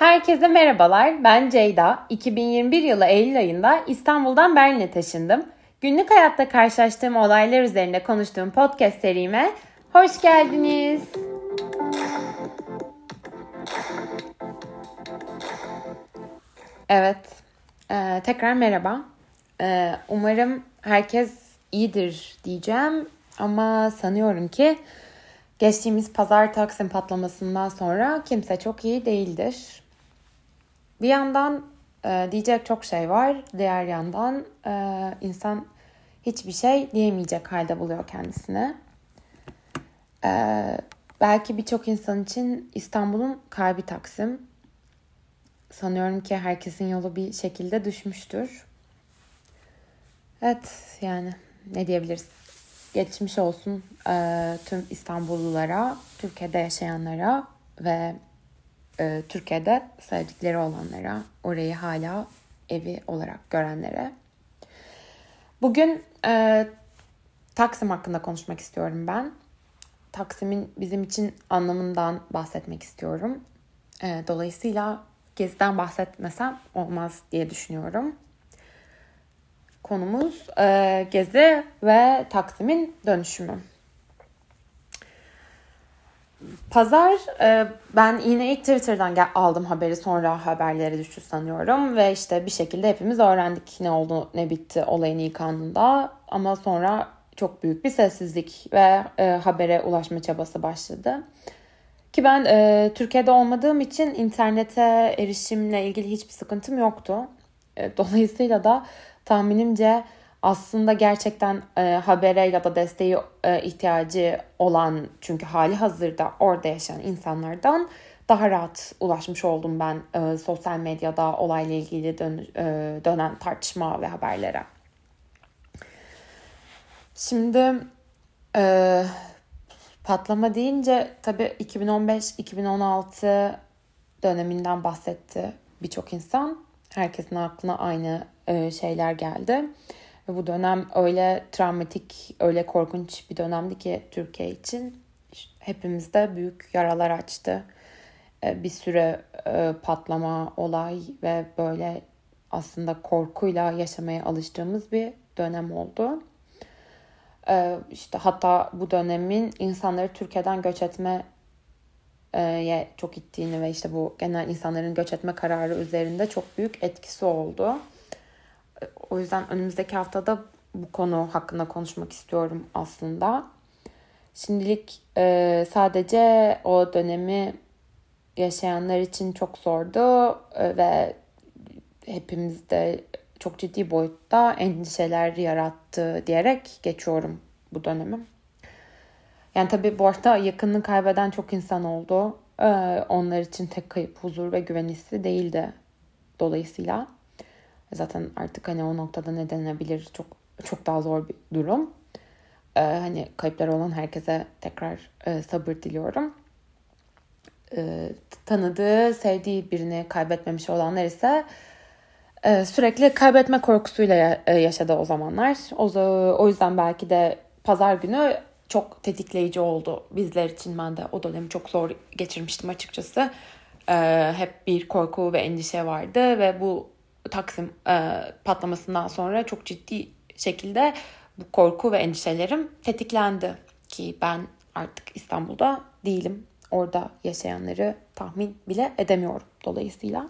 Herkese merhabalar, ben Ceyda. 2021 yılı Eylül ayında İstanbul'dan Berlin'e taşındım. Günlük hayatta karşılaştığım olaylar üzerinde konuştuğum podcast serime hoş geldiniz. Evet, tekrar merhaba. Umarım herkes iyidir diyeceğim ama sanıyorum ki geçtiğimiz pazar Taksim patlamasından sonra kimse çok iyi değildir. Bir yandan diyecek çok şey var. Diğer yandan insan hiçbir şey diyemeyecek halde buluyor kendisini. Belki birçok insan için İstanbul'un kalbi Taksim. Sanıyorum ki herkesin yolu bir şekilde düşmüştür. Evet, yani ne diyebiliriz? Geçmiş olsun tüm İstanbullulara, Türkiye'de yaşayanlara ve Türkiye'de sevdikleri olanlara, orayı hala evi olarak görenlere. Bugün Taksim hakkında konuşmak istiyorum ben. Taksim'in bizim için anlamından bahsetmek istiyorum. Dolayısıyla Gezi'den bahsetmesem olmaz diye düşünüyorum. Konumuz Gezi ve Taksim'in dönüşümü. Pazar ben yine ilk Twitter'dan aldım haberi, sonra haberlere düştü sanıyorum ve işte bir şekilde hepimiz öğrendik ne oldu ne bitti olayın ilk anında, ama sonra çok büyük bir sessizlik ve habere ulaşma çabası başladı. Ki ben Türkiye'de olmadığım için internete erişimle ilgili hiçbir sıkıntım yoktu. Dolayısıyla da tahminimce aslında gerçekten habere ya da desteğe ihtiyacı olan, çünkü hali hazırda orada yaşayan insanlardan daha rahat ulaşmış oldum ben sosyal medyada olayla ilgili dönen tartışma ve haberlere. Şimdi patlama deyince tabii 2015-2016 döneminden bahsetti birçok insan. Herkesin aklına aynı şeyler geldi. Ve bu dönem öyle travmatik, öyle korkunç bir dönemdi ki Türkiye için. Hepimizde büyük yaralar açtı. Bir süre patlama, olay ve böyle aslında korkuyla yaşamaya alıştığımız bir dönem oldu. İşte hatta bu dönemin insanları Türkiye'den göç etmeye çok ittiğini ve işte bu genel insanların göç etme kararı üzerinde çok büyük etkisi oldu. O yüzden önümüzdeki haftada bu konu hakkında konuşmak istiyorum aslında. Şimdilik sadece o dönemi yaşayanlar için çok zordu ve hepimizde çok ciddi boyutta endişeler yarattı diyerek geçiyorum bu dönemi. Yani tabii bu arada yakınını kaybeden çok insan oldu. Onlar için tek kayıp huzur ve güven hissi değildi dolayısıyla. Zaten artık hani o noktada ne denebilir, çok çok daha zor bir durum. Hani kayıpları olan herkese tekrar sabır diliyorum. Tanıdığı, sevdiği birini kaybetmemiş olanlar ise sürekli kaybetme korkusuyla yaşadı o zamanlar. O yüzden belki de pazar günü çok tetikleyici oldu bizler için. Ben de o dönemi çok zor geçirmiştim açıkçası. Hep bir korku ve endişe vardı ve bu Taksim patlamasından sonra çok ciddi şekilde bu korku ve endişelerim tetiklendi. Ki ben artık İstanbul'da değilim. Orada yaşayanları tahmin bile edemiyorum dolayısıyla.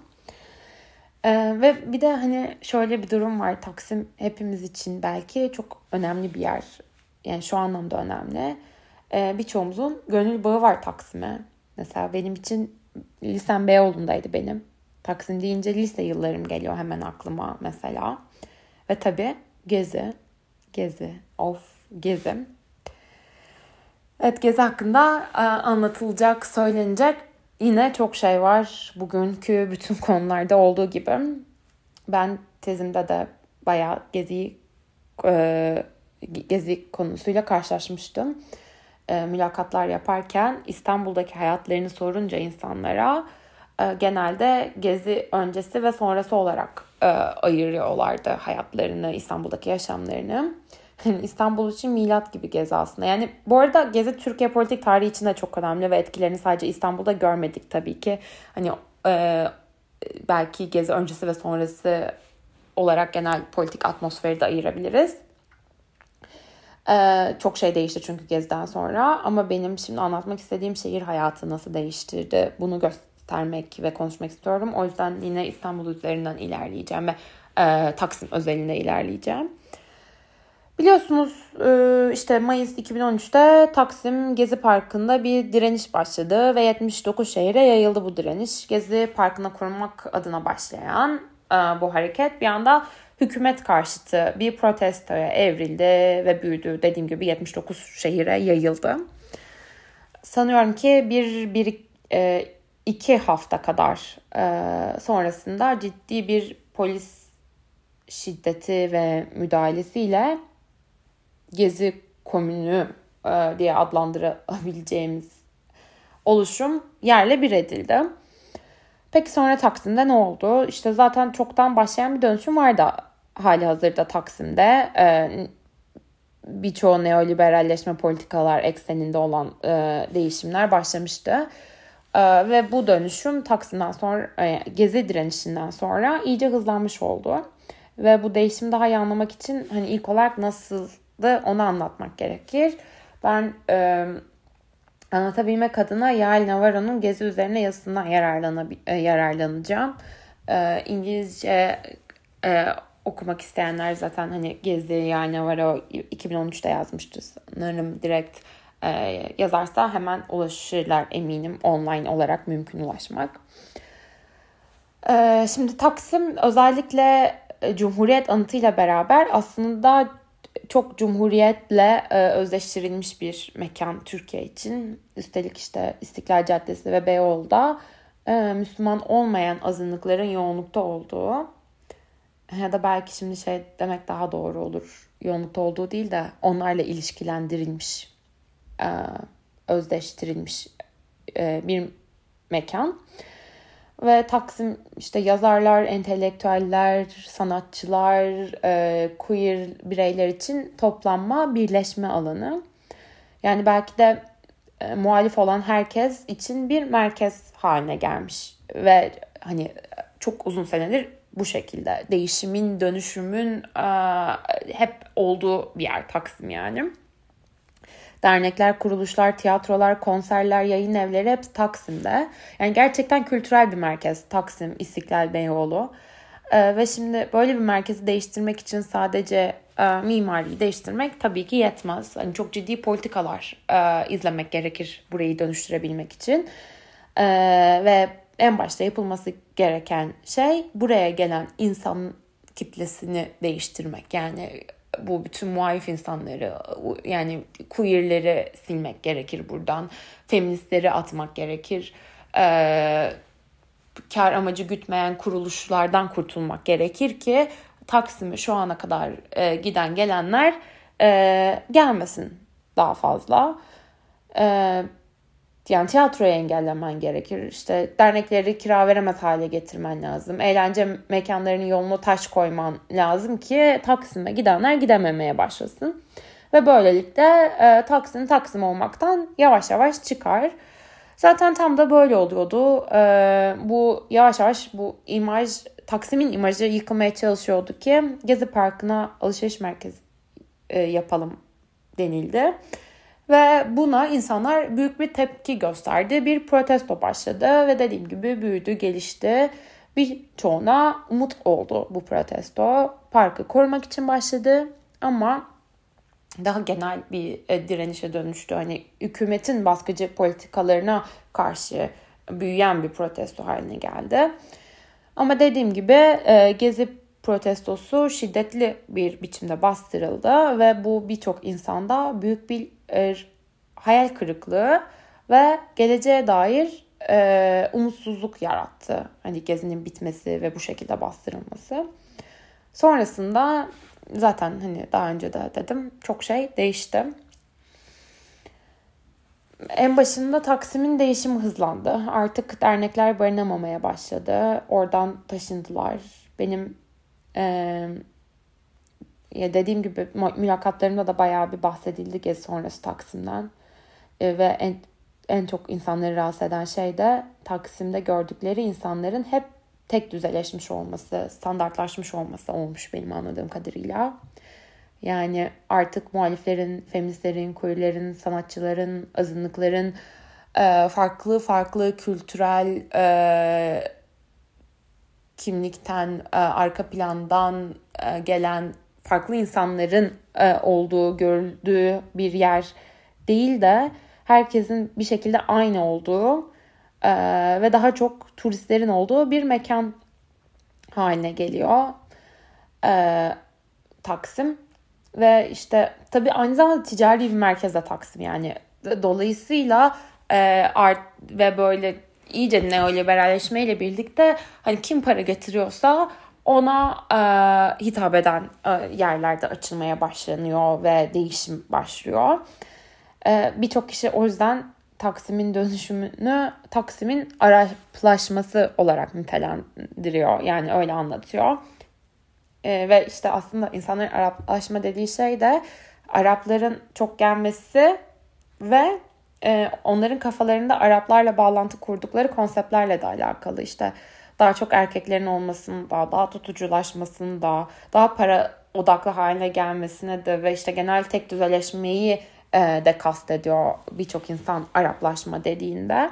Ve bir de hani şöyle bir durum var. Taksim hepimiz için belki çok önemli bir yer. Yani şu anlamda önemli. Birçoğumuzun gönül bağı var Taksim'e. Mesela benim için lisem Beyoğlu'ndaydı benim. Taksim deyince lise yıllarım geliyor hemen aklıma mesela. Ve tabii Gezi. Gezi. Evet, Gezi hakkında anlatılacak, söylenecek yine çok şey var. Bugünkü bütün konularda olduğu gibi. Ben tezimde de bayağı Gezi konusuyla karşılaşmıştım. Mülakatlar yaparken İstanbul'daki hayatlarını sorunca insanlara genelde Gezi öncesi ve sonrası olarak ayırıyorlardı hayatlarını, İstanbul'daki yaşamlarını. İstanbul için milat gibi Gezi aslında. Yani bu arada Gezi Türkiye politik tarihi için de çok önemli ve etkilerini sadece İstanbul'da görmedik tabii ki. Hani belki Gezi öncesi ve sonrası olarak genel politik atmosferi de ayırabiliriz. Çok şey değişti çünkü Gezi'den sonra, ama benim şimdi anlatmak istediğim şehir hayatı nasıl değiştirdi bunu göstermek ve konuşmak istiyorum. O yüzden yine İstanbul üzerinden ilerleyeceğim ve Taksim özelinde ilerleyeceğim. Biliyorsunuz işte Mayıs 2013'te Taksim Gezi Parkı'nda bir direniş başladı ve 79 şehre yayıldı bu direniş. Gezi Parkı'na kurulmak adına başlayan bu hareket bir anda hükümet karşıtı bir protestoya evrildi ve büyüdü. Dediğim gibi 79 şehire yayıldı. Sanıyorum ki iki hafta kadar sonrasında ciddi bir polis şiddeti ve müdahalesiyle Gezi Komünü diye adlandırabileceğimiz oluşum yerle bir edildi. Peki sonra Taksim'de ne oldu? İşte zaten çoktan başlayan bir dönüşüm vardı hali hazırda Taksim'de. Birçoğu neoliberalleşme politikalar ekseninde olan değişimler başlamıştı. Ve bu dönüşüm Taksim'den sonra, Gezi direnişinden sonra iyice hızlanmış oldu. Ve bu değişimi daha iyi anlamak için hani ilk olarak nasıldı onu anlatmak gerekir. Ben anlatabilmek adına Yael Navarro'nun Gezi üzerine yazısından yararlanacağım. İngilizce okumak isteyenler zaten hani Gezi, Yael Navarro 2013'te yazmıştı sanırım, direkt yazarsa hemen ulaşırlar eminim, online olarak mümkün ulaşmak. Şimdi Taksim özellikle Cumhuriyet anıtıyla beraber aslında çok Cumhuriyet'le özdeştirilmiş bir mekan Türkiye için. Üstelik işte İstiklal Caddesi ve Beyoğlu'da Müslüman olmayan azınlıkların yoğunlukta olduğu, ya da belki şimdi şey demek daha doğru olur, yoğunlukta olduğu değil de onlarla ilişkilendirilmiş, özdeştirilmiş bir mekan. Ve Taksim işte yazarlar, entelektüeller, sanatçılar, queer bireyler için toplanma, birleşme alanı. Yani belki de muhalif olan herkes için bir merkez haline gelmiş. Ve hani çok uzun senedir bu şekilde değişimin, dönüşümün hep olduğu bir yer Taksim yani. Dernekler, kuruluşlar, tiyatrolar, konserler, yayın evleri hepsi Taksim'de. Yani gerçekten kültürel bir merkez Taksim, İstiklal, Beyoğlu. Ve şimdi böyle bir merkezi değiştirmek için sadece mimariyi değiştirmek tabii ki yetmez. Yani çok ciddi politikalar izlemek gerekir burayı dönüştürebilmek için. Ve en başta yapılması gereken şey buraya gelen insan kitlesini değiştirmek. Yani bu bütün muhalif insanları, yani queerleri silmek gerekir buradan. Feministleri atmak gerekir. Kar amacı gütmeyen kuruluşlardan kurtulmak gerekir ki Taksim'e şu ana kadar giden gelenler gelmesin daha fazla. Yani tiyatroyu engellemen gerekir. İşte dernekleri kira veremez hale getirmen lazım. Eğlence mekanlarının yoluna taş koyman lazım ki Taksim'e gidenler gidememeye başlasın. Ve böylelikle Taksim olmaktan yavaş yavaş çıkar. Zaten tam da böyle oluyordu. Bu yavaş yavaş bu imaj, Taksim'in imajı yıkılmaya çalışıyordu ki Gezi Parkı'na alışveriş merkezi yapalım denildi. Ve buna insanlar büyük bir tepki gösterdi. Bir protesto başladı ve dediğim gibi büyüdü, gelişti. Birçoğuna umut oldu bu protesto. Parkı korumak için başladı ama daha genel bir direnişe dönüştü. Hani hükümetin baskıcı politikalarına karşı büyüyen bir protesto haline geldi. Ama dediğim gibi Gezi protestosu şiddetli bir biçimde bastırıldı ve bu birçok insanda büyük bir hayal kırıklığı ve geleceğe dair umutsuzluk yarattı. Hani Gezi'nin bitmesi ve bu şekilde bastırılması. Sonrasında zaten hani daha önce de dedim çok şey değişti. En başında Taksim'in değişimi hızlandı. Artık dernekler barınamamaya başladı. Oradan taşındılar. Benim ya dediğim gibi mülakatlarımda da bayağı bir bahsedildi Gezi sonrası Taksim'den. Ve en çok insanları rahatsız eden şey de Taksim'de gördükleri insanların hep tek düzeleşmiş olması, standartlaşmış olması olmuş benim anladığım kadarıyla. Yani artık muhaliflerin, feministlerin, queerlerin, sanatçıların, azınlıkların, farklı farklı kültürel kimlikten, arka plandan gelen farklı insanların olduğu, görüldüğü bir yer değil de herkesin bir şekilde aynı olduğu ve daha çok turistlerin olduğu bir mekan haline geliyor Taksim. Ve işte tabii aynı zamanda ticari bir merkez de Taksim yani. Dolayısıyla art ve böyle iyice neoliberalleşmeyle birlikte hani kim para getiriyorsa ona hitap eden yerlerde açılmaya başlanıyor ve değişim başlıyor. Birçok kişi o yüzden Taksim'in dönüşümünü Taksim'in Araplaşması olarak nitelendiriyor. Yani öyle anlatıyor. Ve işte aslında insanların Araplaşma dediği şey de Arapların çok gelmesi ve onların kafalarında Araplarla bağlantı kurdukları konseptlerle de alakalı. İşte daha çok erkeklerin olmasında, daha tutuculaşmasında, daha para odaklı haline gelmesine de ve işte genel tek düzeleşmeyi de kastediyor birçok insan Araplaşma dediğinde.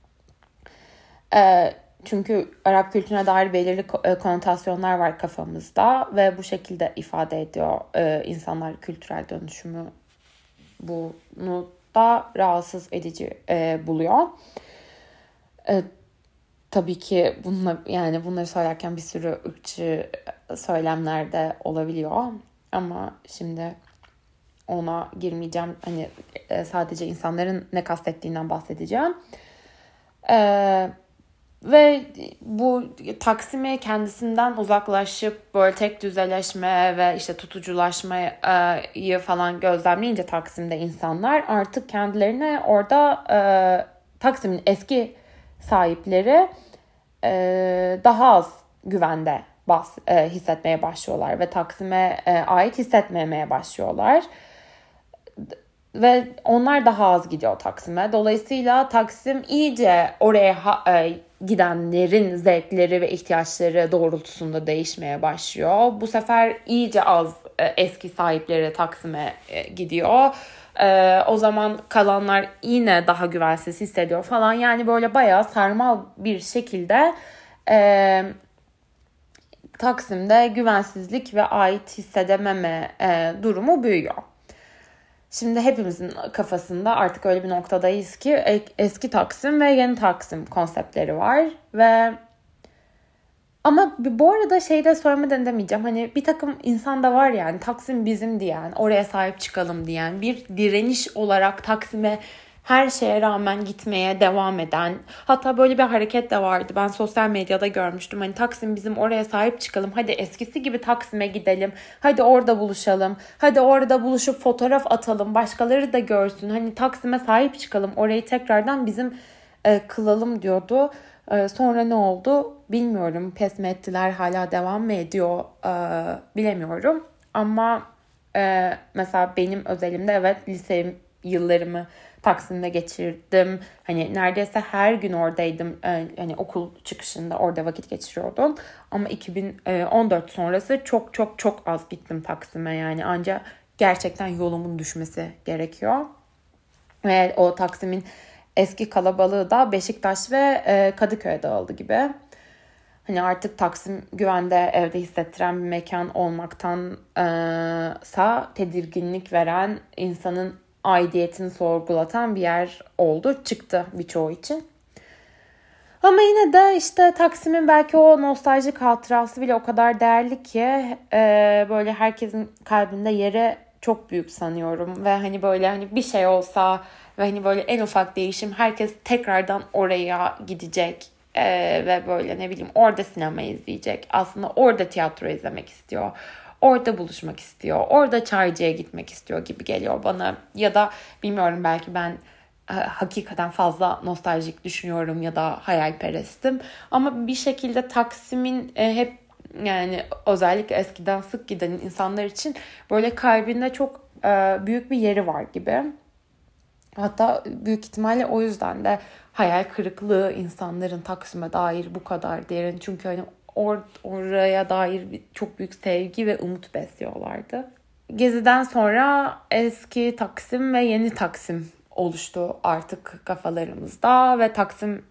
Çünkü Arap kültürüne dair belirli konotasyonlar var kafamızda ve bu şekilde ifade ediyor insanlar kültürel dönüşümü. Bunu da rahatsız edici buluyor. Tabii ki bunları söylerken bir sürü ırkçı söylemler de olabiliyor. Ama şimdi ona girmeyeceğim. Hani sadece insanların ne kastettiğinden bahsedeceğim. Ve bu Taksim'e kendisinden uzaklaşıp böyle tek düzeleşme ve işte tutuculaşmayı falan gözlemleyince Taksim'de insanlar artık kendilerine orada Taksim'in eski sahipleri daha az güvende hissetmeye başlıyorlar ve Taksim'e ait hissetmemeye başlıyorlar. Ve onlar daha az gidiyor Taksim'e. Dolayısıyla Taksim iyice oraya gidenlerin zevkleri ve ihtiyaçları doğrultusunda değişmeye başlıyor. Bu sefer iyice az eski sahipleri Taksim'e gidiyor. O zaman kalanlar yine daha güvensiz hissediyor falan. Yani böyle bayağı sarmal bir şekilde Taksim'de güvensizlik ve ait hissedememe durumu büyüyor. Şimdi hepimizin kafasında artık öyle bir noktadayız ki eski Taksim ve yeni Taksim konseptleri var ama bu arada de söylemeden demeyeceğim. Hani bir takım insan da var yani Taksim bizim diyen, oraya sahip çıkalım diyen, bir direniş olarak Taksim'e her şeye rağmen gitmeye devam eden, hatta böyle bir hareket de vardı. Ben sosyal medyada görmüştüm. Hani Taksim bizim, oraya sahip çıkalım. Hadi eskisi gibi Taksim'e gidelim. Hadi orada buluşalım. Hadi orada buluşup fotoğraf atalım. Başkaları da görsün. Hani Taksim'e sahip çıkalım. Orayı tekrardan bizim kılalım diyordu. Sonra ne oldu bilmiyorum. Pes mi ettiler, hala devam mı ediyor bilemiyorum. Ama mesela benim özelimde evet lise yıllarımı Taksim'de geçirdim. Hani neredeyse her gün oradaydım. Hani okul çıkışında orada vakit geçiriyordum. Ama 2014 sonrası çok çok çok az gittim Taksim'e. Yani ancak gerçekten yolumun düşmesi gerekiyor. Ve o Taksim'in eski kalabalığı da Beşiktaş ve Kadıköy'e dağıldı gibi. Hani artık Taksim güvende evde hissettiren bir mekan olmaktansa tedirginlik veren, insanın aidiyetini sorgulatan bir yer çıktı birçoğu için. Ama yine de işte Taksim'in belki o nostaljik hatırası bile o kadar değerli ki böyle herkesin kalbinde yeri çok büyük sanıyorum. Ve hani böyle hani bir şey olsa ve hani böyle en ufak değişim herkes tekrardan oraya gidecek. Ve böyle ne bileyim orada sinema izleyecek. Aslında orada tiyatro izlemek istiyor. Orada buluşmak istiyor. Orada çaycıya gitmek istiyor gibi geliyor bana. Ya da bilmiyorum, belki ben hakikaten fazla nostaljik düşünüyorum ya da hayalperestim. Ama bir şekilde Taksim'in hep, yani özellikle eskiden sık giden insanlar için böyle kalbinde çok büyük bir yeri var gibi. Hatta büyük ihtimalle o yüzden de hayal kırıklığı insanların Taksim'e dair bu kadar derin. Çünkü hani oraya dair çok büyük sevgi ve umut besliyorlardı. Geziden sonra eski Taksim ve yeni Taksim oluştu artık kafalarımızda ve Taksim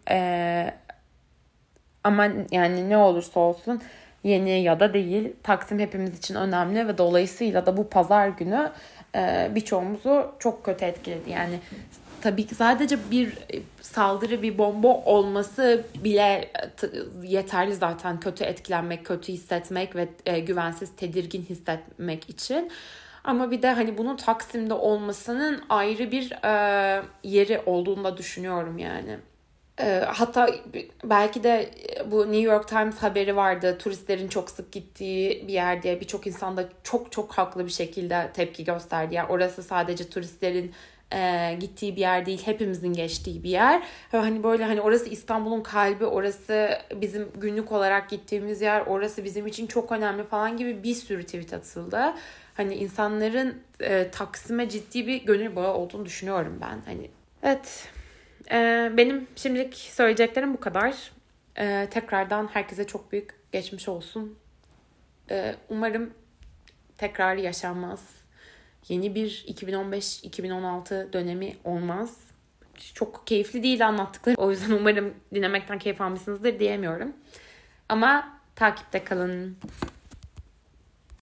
ama yani ne olursa olsun yeni ya da değil, Taksim hepimiz için önemli ve dolayısıyla da bu pazar günü birçoğumuzu çok kötü etkiledi. Yani tabii ki sadece bir saldırı, bir bomba olması bile yeterli zaten kötü etkilenmek, kötü hissetmek ve güvensiz, tedirgin hissetmek için. Ama bir de hani bunun Taksim'de olmasının ayrı bir yeri olduğunu da düşünüyorum yani. Hatta belki de bu New York Times haberi vardı. Turistlerin çok sık gittiği bir yer diye birçok insan da çok çok haklı bir şekilde tepki gösterdi. Yani orası sadece turistlerin gittiği bir yer değil, hepimizin geçtiği bir yer. Hani böyle hani orası İstanbul'un kalbi, orası bizim günlük olarak gittiğimiz yer, orası bizim için çok önemli falan gibi bir sürü tweet atıldı. Hani insanların Taksim'e ciddi bir gönül bağı olduğunu düşünüyorum ben. Hani evet. Benim şimdilik söyleyeceklerim bu kadar. Tekrardan herkese çok büyük geçmiş olsun. Umarım tekrar yaşanmaz. Yeni bir 2015-2016 dönemi olmaz. Çok keyifli değil anlattıkları. O yüzden umarım dinlemekten keyif almışsınızdır diyemiyorum. Ama takipte kalın.